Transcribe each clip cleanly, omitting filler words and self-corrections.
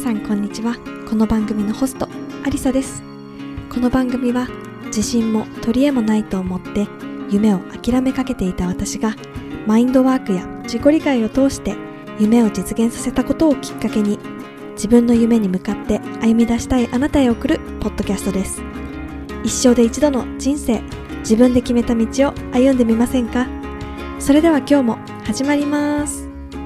さんこんにちは。この番組のホストアリサです。この番組は自信も取り柄もないと思って夢を諦めかけていた私がマインドワークや自己理解を通して夢を実現させたことをきっかけに自分の夢に向かって歩み出したいあなたへ送るポッドキャストです。一生で一度の人生、自分で決めた道を歩んでみませんか？それでは今日も始まります。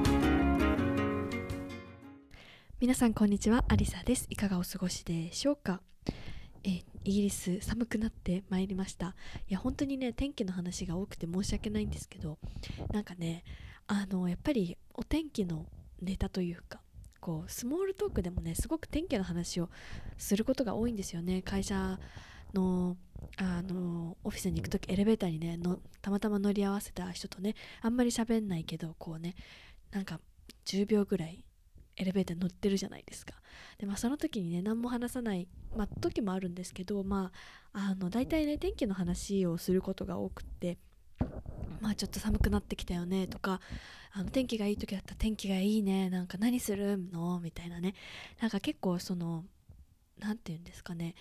皆さんこんにちは、アリサです。いかがお過ごしでしょうか？イギリス寒くなってまいりました。いや本当にね、天気の話が多くて申し訳ないんですけど、なんかね、やっぱりお天気のネタというか、こうスモールトークでもね、すごく天気の話をすることが多いんですよね。会社のオフィスに行くときエレベーターにねたまたま乗り合わせた人とね、あんまり喋んないけどこうね、なんか10秒ぐらいエレベーター乗ってるじゃないですか。で、その時にね何も話さない、時もあるんですけど、大体ね天気の話をすることが多くって、ちょっと寒くなってきたよねとか、天気がいい時だったら天気がいいね、なんか何するのみたいなね、なんか結構なんていうんですかね、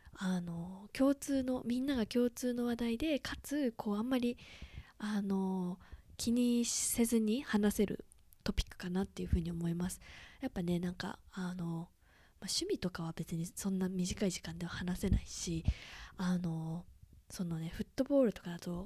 みんなが共通の話題で、かつこうあんまり気にせずに話せるトピックかなっていうふうに思います。やっぱね、なんか趣味とかは別にそんな短い時間では話せないし、フットボールとかだと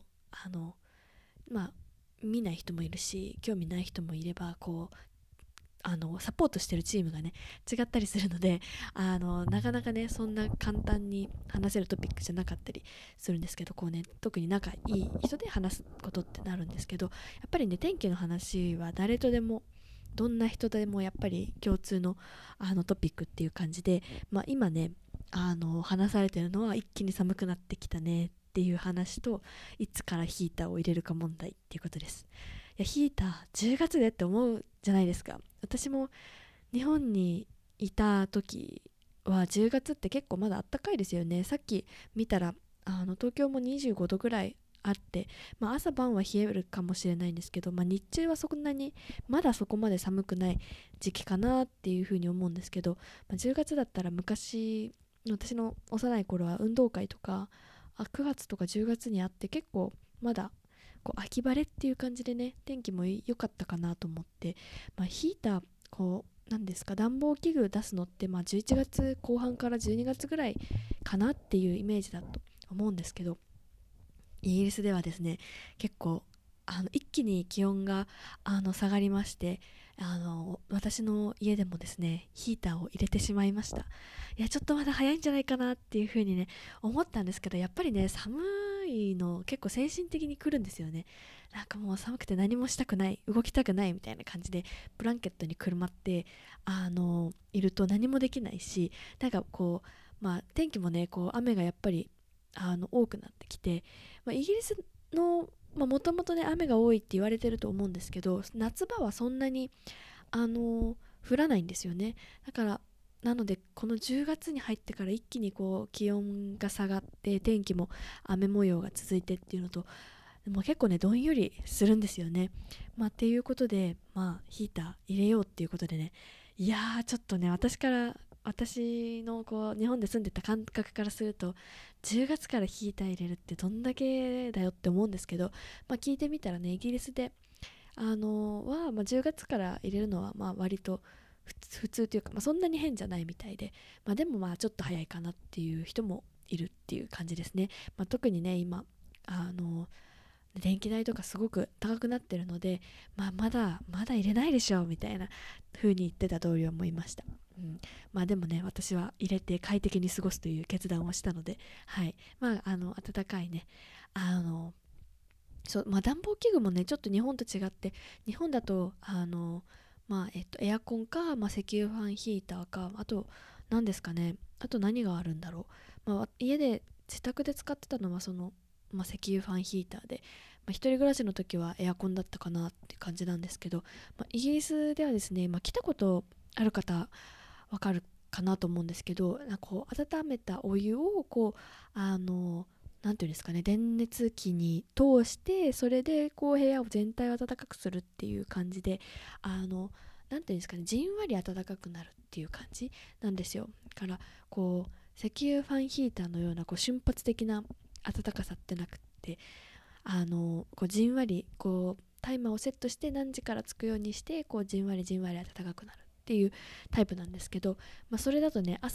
見ない人もいるし興味ない人もいれば、こうサポートしてるチームがね違ったりするので、なかなかねそんな簡単に話せるトピックじゃなかったりするんですけど、こうね特に仲いい人で話すことってなるんですけど、やっぱりね天気の話は誰とでもどんな人でもやっぱり共通のトピックっていう感じで、今ね話されてるのは一気に寒くなってきたねっていう話と、いつからヒーターを入れるか問題っていうことです。いやヒーター10月でって思うじゃないですか。私も日本にいた時は10月って結構まだあったかいですよね。さっき見たら東京も25度ぐらいあって、朝晩は冷えるかもしれないんですけど、日中はそんなにまだそこまで寒くない時期かなっていうふうに思うんですけど、10月だったら昔私の幼い頃は運動会とか9月とか10月にあって、結構まだこう秋晴れっていう感じでね天気も良かったかなと思って、ヒーターこうなんですか、暖房器具出すのって、11月後半から12月ぐらいかなっていうイメージだと思うんですけど、イギリスではですね結構一気に気温が下がりまして、私の家でもですねヒーターを入れてしまいました。いやちょっとまだ早いんじゃないかなっていう風にね思ったんですけど、やっぱりね寒いの結構精神的に来るんですよね。なんかもう寒くて何もしたくない、動きたくないみたいな感じでブランケットにくるまっていると何もできないし、なんかこう天気もねこう雨がやっぱり多くなってきて、イギリスのもともとね雨が多いって言われてると思うんですけど、夏場はそんなに降らないんですよね。だからなのでこの10月に入ってから一気にこう気温が下がって天気も雨模様が続いてっていうのと、もう結構ねどんよりするんですよね。っていうことでヒーター入れようっていうことでね、いやーちょっとね私のこう日本で住んでた感覚からすると10月からヒーター入れるってどんだけだよって思うんですけど、聞いてみたらねイギリスで10月から入れるのは割と普通というか、そんなに変じゃないみたいで、でもちょっと早いかなっていう人もいるっていう感じですね。特にね今電気代とかすごく高くなってるので、まだ入れないでしょみたいな風に言ってた同僚もいました。でもね私は入れて快適に過ごすという決断をしたので、はい暖かいね暖房器具もねちょっと日本と違って、日本だとエアコンか、石油ファンヒーターか、あと何ですかね、あと何があるんだろう、家で自宅で使ってたのは石油ファンヒーターで、一人暮らしの時はエアコンだったかなって感じなんですけど、イギリスではですね、来たことある方わかるかなと思うんですけど、こう温めたお湯をこうなんていうんですかね、電熱器に通して、それでこう部屋を全体を暖かくするっていう感じでなんていうんですかね、じんわり暖かくなるっていう感じなんですよ。だからこう石油ファンヒーターのようなこう瞬発的な暖かさってなくって、こうじんわりこうタイマーをセットして何時からつくようにしてこうじんわりじんわり暖かくなるっていうタイプなんですけど、それだとね、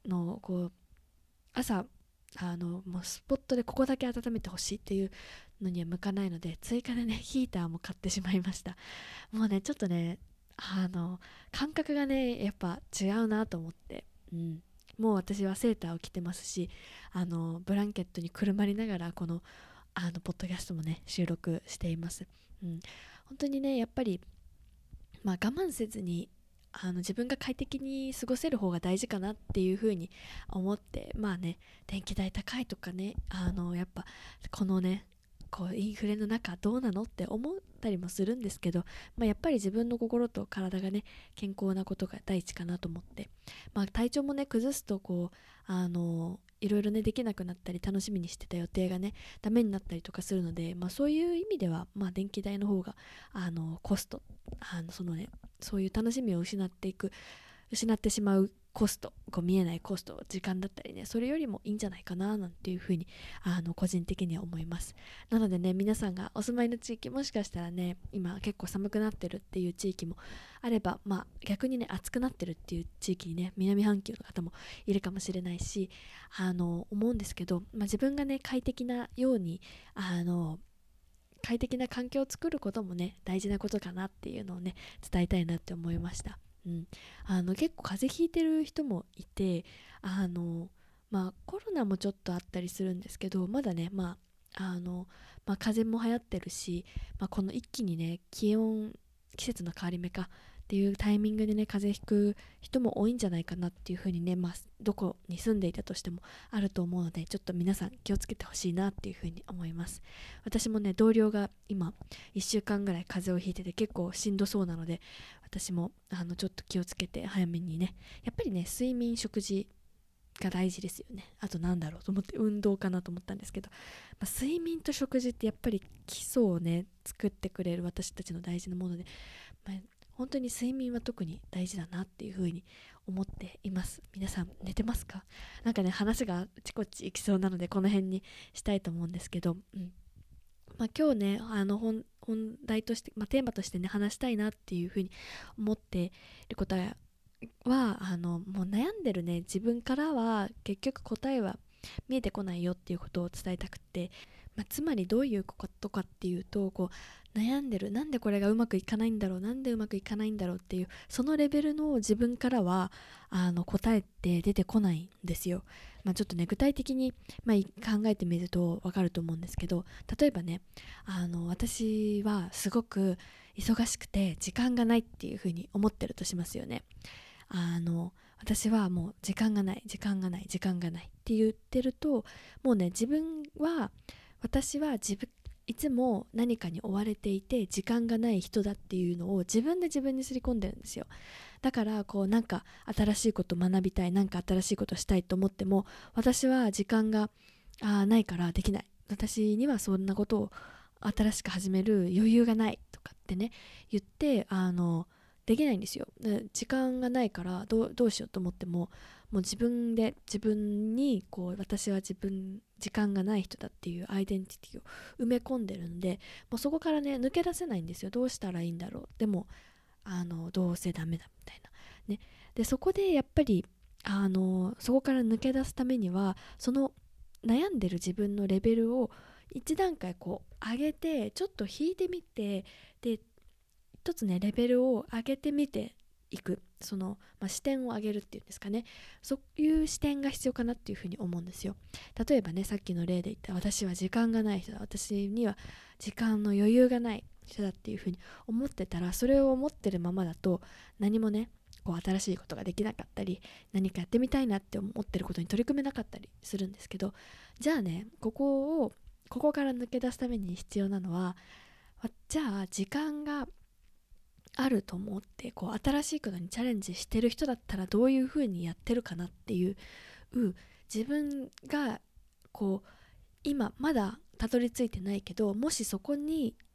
朝もうスポットでここだけ温めてほしいっていうのには向かないので、追加でねヒーターも買ってしまいました。もうねちょっとね感覚がねやっぱ違うなと思って、もう私はセーターを着てますし、ブランケットにくるまりながらこのポッドキャストもね収録しています。本当にねやっぱり我慢せずに自分が快適に過ごせる方が大事かなっていう風に思って、電気代高いとかね、やっぱこのねこうインフレの中どうなのって思ったりもするんですけど、やっぱり自分の心と体がね健康なことが第一かなと思って、体調もね崩すとこういろいろねできなくなったり、楽しみにしてた予定がねダメになったりとかするので、そういう意味では電気代の方がコストそういう楽しみを失ってしまうコスト、こう見えないコスト、時間だったりね、それよりもいいんじゃないかななんていうふうに個人的には思います。なのでね、皆さんがお住まいの地域、もしかしたらね今結構寒くなってるっていう地域もあれば、逆にね暑くなってるっていう地域にね南半球の方もいるかもしれないし、思うんですけど、自分がね快適なように快適な環境を作ることもね大事なことかなっていうのをね伝えたいなって思いました。結構風邪ひいてる人もいて、コロナもちょっとあったりするんですけど、まだね風邪も流行ってるし、この一気にね季節の変わり目かっていうタイミングでね風邪ひく人も多いんじゃないかなっていう風にね、どこに住んでいたとしてもあると思うので、ちょっと皆さん気をつけてほしいなっていう風に思います。私もね同僚が今1週間ぐらい風邪をひいてて結構しんどそうなので、私もちょっと気をつけて早めにね、やっぱりね睡眠食事が大事ですよね。あとなんだろうと思って運動かなと思ったんですけど、睡眠と食事ってやっぱり基礎をね作ってくれる私たちの大事なもので、本当に睡眠は特に大事だなっていうふうに思っています。皆さん寝てますか？なんかね話があちこち行きそうなのでこの辺にしたいと思うんですけど、今日ね本題として、テーマとしてね話したいなっていうふうに思っていることはもう悩んでるね自分からは結局答えは見えてこないよっていうことを伝えたくて、つまりどういうことかっていうと、こう悩んでる、なんでこれがうまくいかないんだろう、なんでうまくいかないんだろうっていうそのレベルの自分からは答えって出てこないんですよ。ちょっとね具体的に、考えてみると分かると思うんですけど、例えばね私はすごく忙しくて時間がないっていうふうに思ってるとしますよね。私はもう時間がないって言ってると、もうね私はいつも何かに追われていて時間がない人だっていうのを自分で自分に刷り込んでるんですよ。だからこうなんか新しいこと学びたい、なんか新しいことしたいと思っても、私は時間がないからできない、私にはそんなことを新しく始める余裕がないとかってね言ってできないんですよ。で時間がないからどうしようと思っても、もう自分にこう私は時間がない人だっていうアイデンティティを埋め込んでるんで、もうそこからね抜け出せないんですよ。どうしたらいいんだろう、でもどうせダメだみたいなね。でそこでやっぱりそこから抜け出すためには、その悩んでる自分のレベルを一段階こう上げてちょっと引いてみて、で一つねレベルを上げてみていく、視点を上げるっていうんですかね、そういう視点が必要かなっていうふうに思うんですよ。例えばねさっきの例で言った私は時間がない人だ、私には時間の余裕がない人だっていうふうに思ってたら、それを思ってるままだと何もねこう新しいことができなかったり、何かやってみたいなって思ってることに取り組めなかったりするんですけど、じゃあねここから抜け出すために必要なのは、じゃあ時間があると思ってこう新しいことにチャレンジしてる人だったらどういう風にやってるかなっていう、自分がこう今まだたどり着いてないけど、もしそこに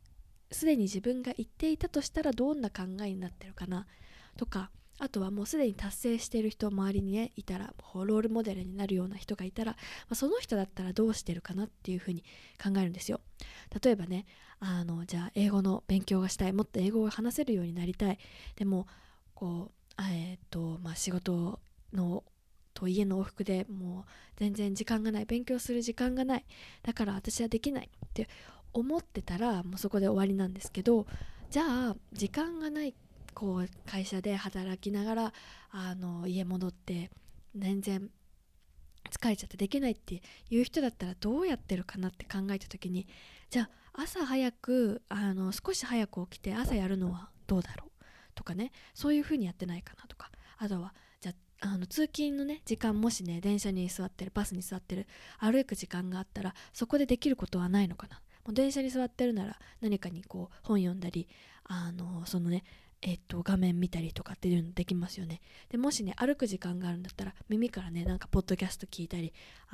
すでに自分が言っていたとしたらどんな考えになってるかなとか、あとはもうすでに達成している人周りにねいたら、ロールモデルになるような人がいたら、その人だったらどうしてるかなっていうふうに考えるんですよ。例えばね、じゃあ英語の勉強がしたい、もっと英語が話せるようになりたい、でもこう仕事のと家の往復でもう全然時間がない、勉強する時間がない、だから私はできないって思ってたらもうそこで終わりなんですけど、じゃあ時間がない、会社で働きながら家戻って全然疲れちゃってできないっていう人だったらどうやってるかなって考えた時に、じゃあ朝早く少し早く起きて朝やるのはどうだろうとかね、そういう風にやってないかなとか、あとはじゃあ通勤のね時間、もしね電車に座ってる、バスに座ってる、歩く時間があったらそこでできることはないのかな。もう電車に座ってるなら何かに本読んだり、そのね画面見たりとかっていうのできますよね。でもしね歩く時間があるんだったら耳からねなんかポッドキャスト聞いたり、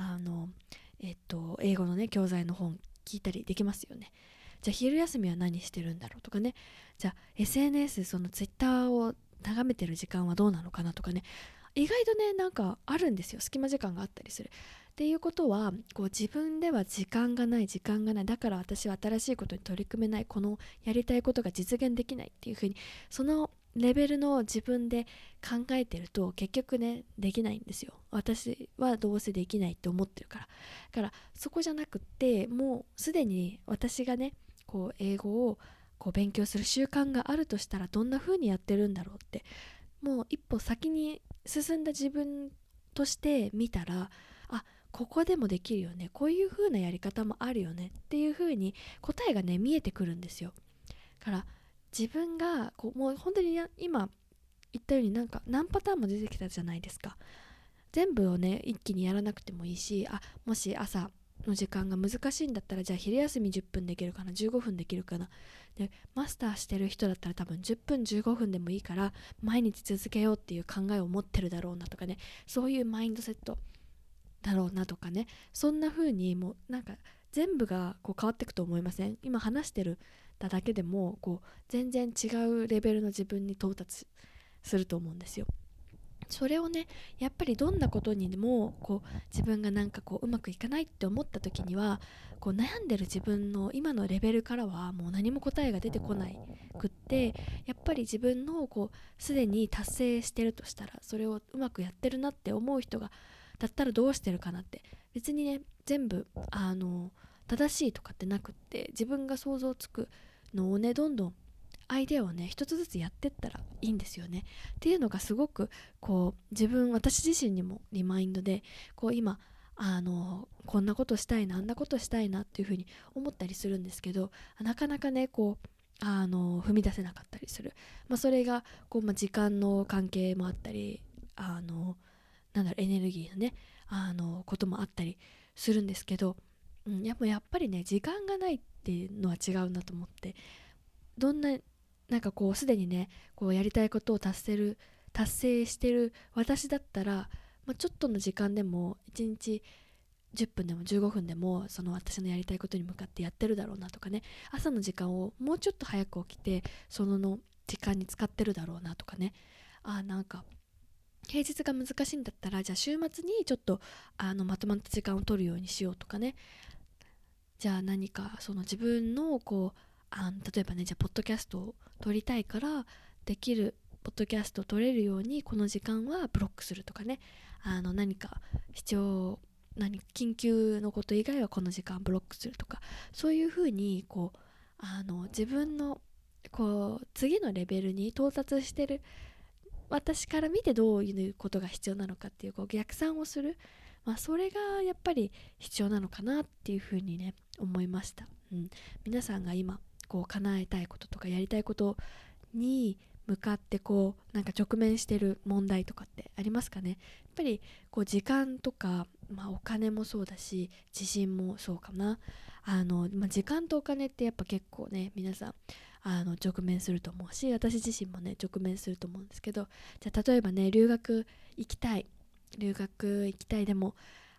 英語のね教材の本聞いたりできますよね。じゃあ昼休みは何してるんだろうとかね、じゃあ SNS そのツイッターを眺めてる時間はどうなのかなとかね、意外とねなんかあるんですよ、隙間時間があったりする。っていうことは自分では時間がないだから私は新しいことに取り組めない、このやりたいことが実現できないっていうふうに、そのレベルの自分で考えてると結局ねできないんですよ。私はどうせできないって思ってるから。だからそこじゃなくって、もうすでに私がね英語を勉強する習慣があるとしたらどんな風にやってるんだろうって、もう一歩先に進んだ自分として見たら、あ、ここでもできるよね、こういう風なやり方もあるよねっていう風に答えがね見えてくるんですよ。だから自分がもう本当に今言ったようになんか何パターンも出てきたじゃないですか。全部をね一気にやらなくてもいいし、もし朝の時間が難しいんだったら、じゃあ昼休み10分できるかな、15分できるかな。でマスターしてる人だったら多分10分15分でもいいから毎日続けようっていう考えを持ってるだろうなとかね、そういうマインドセットだろうなとかね、そんな風にもうなんか全部が変わっていくと思いません？今話してるだけでも全然違うレベルの自分に到達すると思うんですよ。それをねやっぱりどんなことにでも自分がなんかうまくいかないって思った時には、悩んでる自分の今のレベルからはもう何も答えが出てこないくって、やっぱり自分のすでに達成してるとしたら、それをうまくやってるなって思う人がだったらどうしてるかなって、別にね全部正しいとかってなくって、自分が想像つくのをねどんどんアイデアをね一つずつやってったらいいんですよね。っていうのがすごく私自身にもリマインドで、今こんなことしたいな、あんなことしたいなっていうふうに思ったりするんですけど、なかなかね踏み出せなかったりする。それが時間の関係もあったり、エネルギーのねこともあったりするんですけど、やっぱりね時間がないっていうのは違うなと思って、どんななんかすでにねやりたいことを達成してる私だったら、ちょっとの時間でも1日10分でも15分でもその私のやりたいことに向かってやってるだろうなとかね、朝の時間をもうちょっと早く起きてその時間に使ってるだろうなとかね、なんか平日が難しいんだったら、じゃあ週末にちょっとまとまった時間を取るようにしようとかね、じゃあ何かその自分の例えばね、じゃあポッドキャストを撮りたいからできるポッドキャストを撮れるようにこの時間はブロックするとかね、何か緊急のこと以外はこの時間ブロックするとか、そういうふうに自分の次のレベルに到達してる私から見てどういうことが必要なのかっていう逆算をする、それがやっぱり必要なのかなっていうふうにね思いました。皆さんが今叶えたいこととかやりたいことに向かってなんか直面してる問題とかってありますかね？やっぱり時間とか、お金もそうだし自信もそうかな。時間とお金ってやっぱ結構ね皆さん直面すると思うし、私自身もね直面すると思うんですけど、じゃあ例えばね留学行きたいでも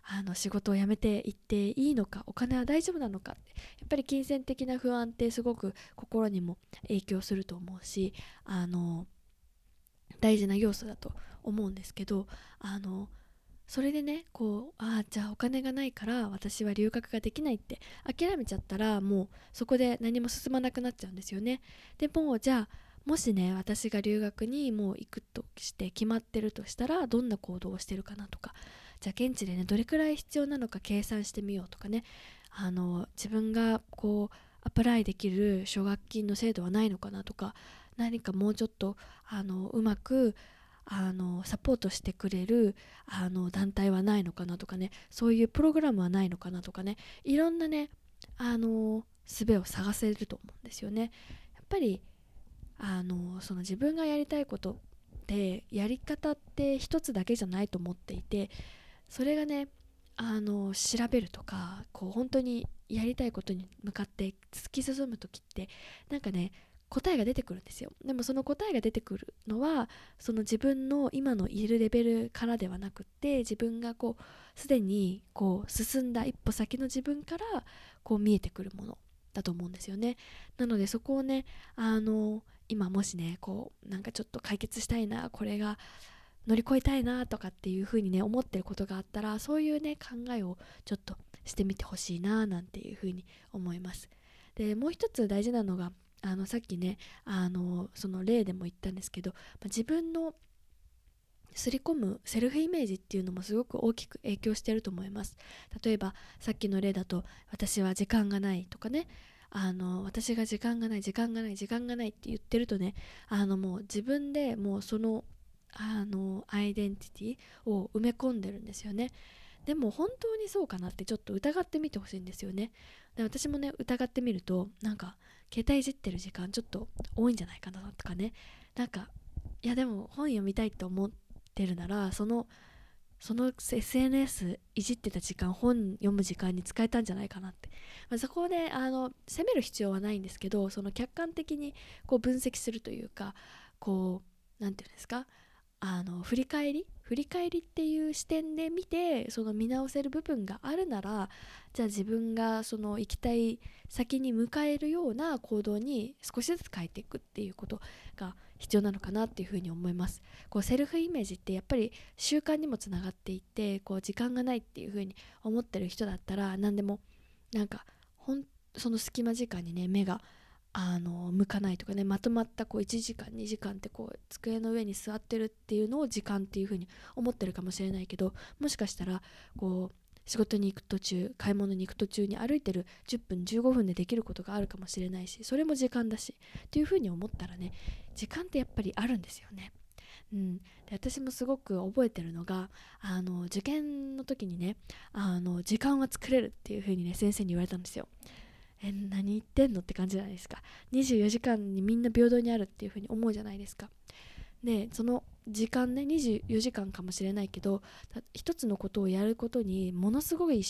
仕事を辞めていっていいのか、お金は大丈夫なのかって、やっぱり金銭的な不安ってすごく心にも影響すると思うし、大事な要素だと思うんですけど、それでねじゃあお金がないから私は留学ができないって諦めちゃったら、もうそこで何も進まなくなっちゃうんですよね。でもじゃあもしね、私が留学にもう行くとして決まってるとしたら、どんな行動をしてるかなとか、じゃあ現地でねどれくらい必要なのか計算してみようとかね、自分がアプライできる奨学金の制度はないのかなとか、何かもうちょっとうまくサポートしてくれる団体はないのかなとかね、そういうプログラムはないのかなとかね、いろんなね術を探せると思うんですよね。やっぱりその自分がやりたいことでやり方って一つだけじゃないと思っていて、それがね調べるとか本当にやりたいことに向かって突き進む時ってなんかね答えが出てくるんですよ。でもその答えが出てくるのはその自分の今のいるレベルからではなくって、自分がすでに進んだ一歩先の自分から見えてくるものだと思うんですよね。なのでそこをね今もしねなんかちょっと解決したいな、これが乗り越えたいなとかっていう風にね思ってることがあったら、そういうね考えをちょっとしてみてほしいななんていう風に思います。でもう一つ大事なのがさっきねその例でも言ったんですけど、自分の刷り込むセルフイメージっていうのもすごく大きく影響していると思います。例えばさっきの例だと、私は時間がないとかね、私が時間がない時間がない時間がないって言ってるとね、もう自分でもうそのアイデンティティを埋め込んでるんですよね。でも本当にそうかなってちょっと疑ってみてほしいんですよね。で私もね疑ってみると、なんか携帯いじってる時間ちょっと多いんじゃないかなとかね、なんかいやでも本読みたいと思ってるなら、その SNS いじってた時間本読む時間に使えたんじゃないかなって、そこをね責める必要はないんですけど、その客観的に分析するというか、なんていうんですか、振り返りっていう視点で見て、その見直せる部分があるなら、じゃあ自分がその行きたい先に迎えるような行動に少しずつ変えていくっていうことが必要なのかなっていうふうに思います。セルフイメージってやっぱり習慣にもつながっていて、時間がないっていうふうに思ってる人だったら、何でもなんかその隙間時間にね目が向かないとかね、まとまった1時間2時間って机の上に座ってるっていうのを時間っていう風に思ってるかもしれないけど、もしかしたら仕事に行く途中、買い物に行く途中に歩いてる10分15分でできることがあるかもしれないし、それも時間だしっていう風に思ったらね、時間ってやっぱりあるんですよね。で私もすごく覚えてるのが、受験の時にね時間は作れるっていう風にね先生に言われたんですよ。何言ってんのって感じじゃないですか。24時間にみんな平等にあるっていう風に思うじゃないですか。でその時間ね、24時間かもしれないけど、一つのことをやることにものすごい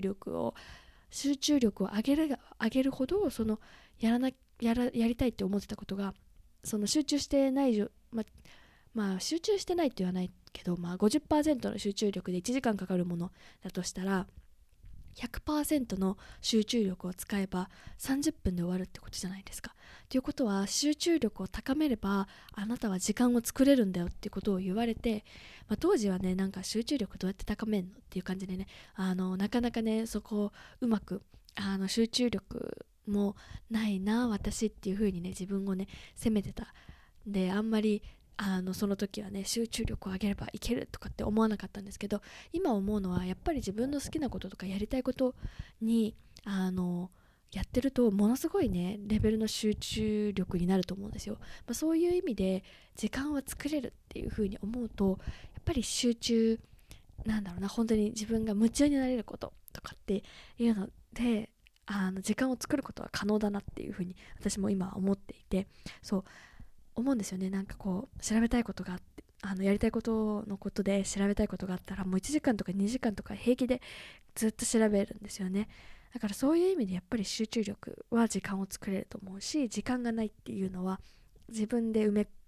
集中力を上げるほど、そのやりたいって思ってたことが、その集中してない集中してないって言わないけど、50% の集中力で1時間かかるものだとしたら、100% の集中力を使えば30分で終わるってことじゃないですか。ということは、集中力を高めればあなたは時間を作れるんだよっていうことを言われて、当時はね、なんか集中力どうやって高めるのっていう感じでね、なかなかねそこをうまく集中力もないな私っていう風にね自分をね責めてた。であんまりその時はね集中力を上げればいけるとかって思わなかったんですけど、今思うのはやっぱり自分の好きなこととかやりたいことにやってるとものすごいねレベルの集中力になると思うんですよ。そういう意味で時間は作れるっていう風に思うと、やっぱり集中なんだろうな、本当に自分が夢中になれることとかっていうので時間を作ることは可能だなっていう風に私も今思っていて、そう思うんですよね。なんか調べたいことがあって、やりたいことのことで調べたいことがあったら、もう1時間とか2時間とか平気でずっと調べるんですよね。だからそういう意味でやっぱり集中力は時間を作れると思うし、時間がないっていうのは自分で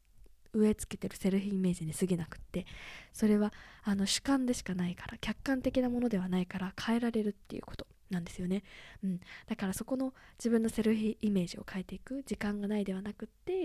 植え付けてるセルフイメージに過ぎなくって、それは主観でしかないから、客観的なものではないから変えられるっていうことなんですよね。だからそこの自分のセルフイメージを変えていく時間がないではなくって、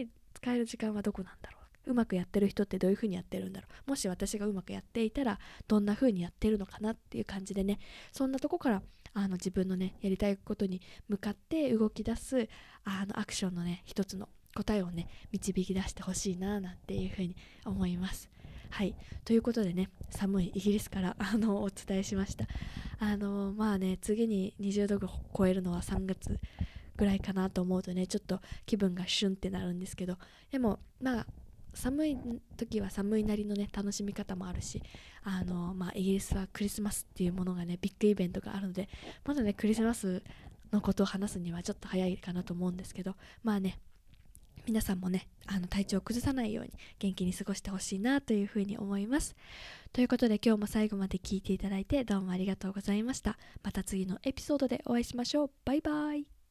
使える時間はどこなんだろう、うまくやってる人ってどういう風にやってるんだろう、もし私がうまくやっていたらどんな風にやってるのかなっていう感じでね、そんなとこから自分のねやりたいことに向かって動き出すアクションのね一つの答えをね導き出してほしいななんていう風に思います。はい、ということでね、寒いイギリスからお伝えしました。まあね、次に20度を超えるのは3月ぐらいかなと思うとね、ちょっと気分がシュンってなるんですけど、でもまあ寒い時は寒いなりのね楽しみ方もあるし、イギリスはクリスマスっていうものがねビッグイベントがあるので、まだねクリスマスのことを話すにはちょっと早いかなと思うんですけど、まあね、皆さんもね体調を崩さないように元気に過ごしてほしいなというふうに思います。ということで、今日も最後まで聞いていただいてどうもありがとうございました。また次のエピソードでお会いしましょう。バイバイ。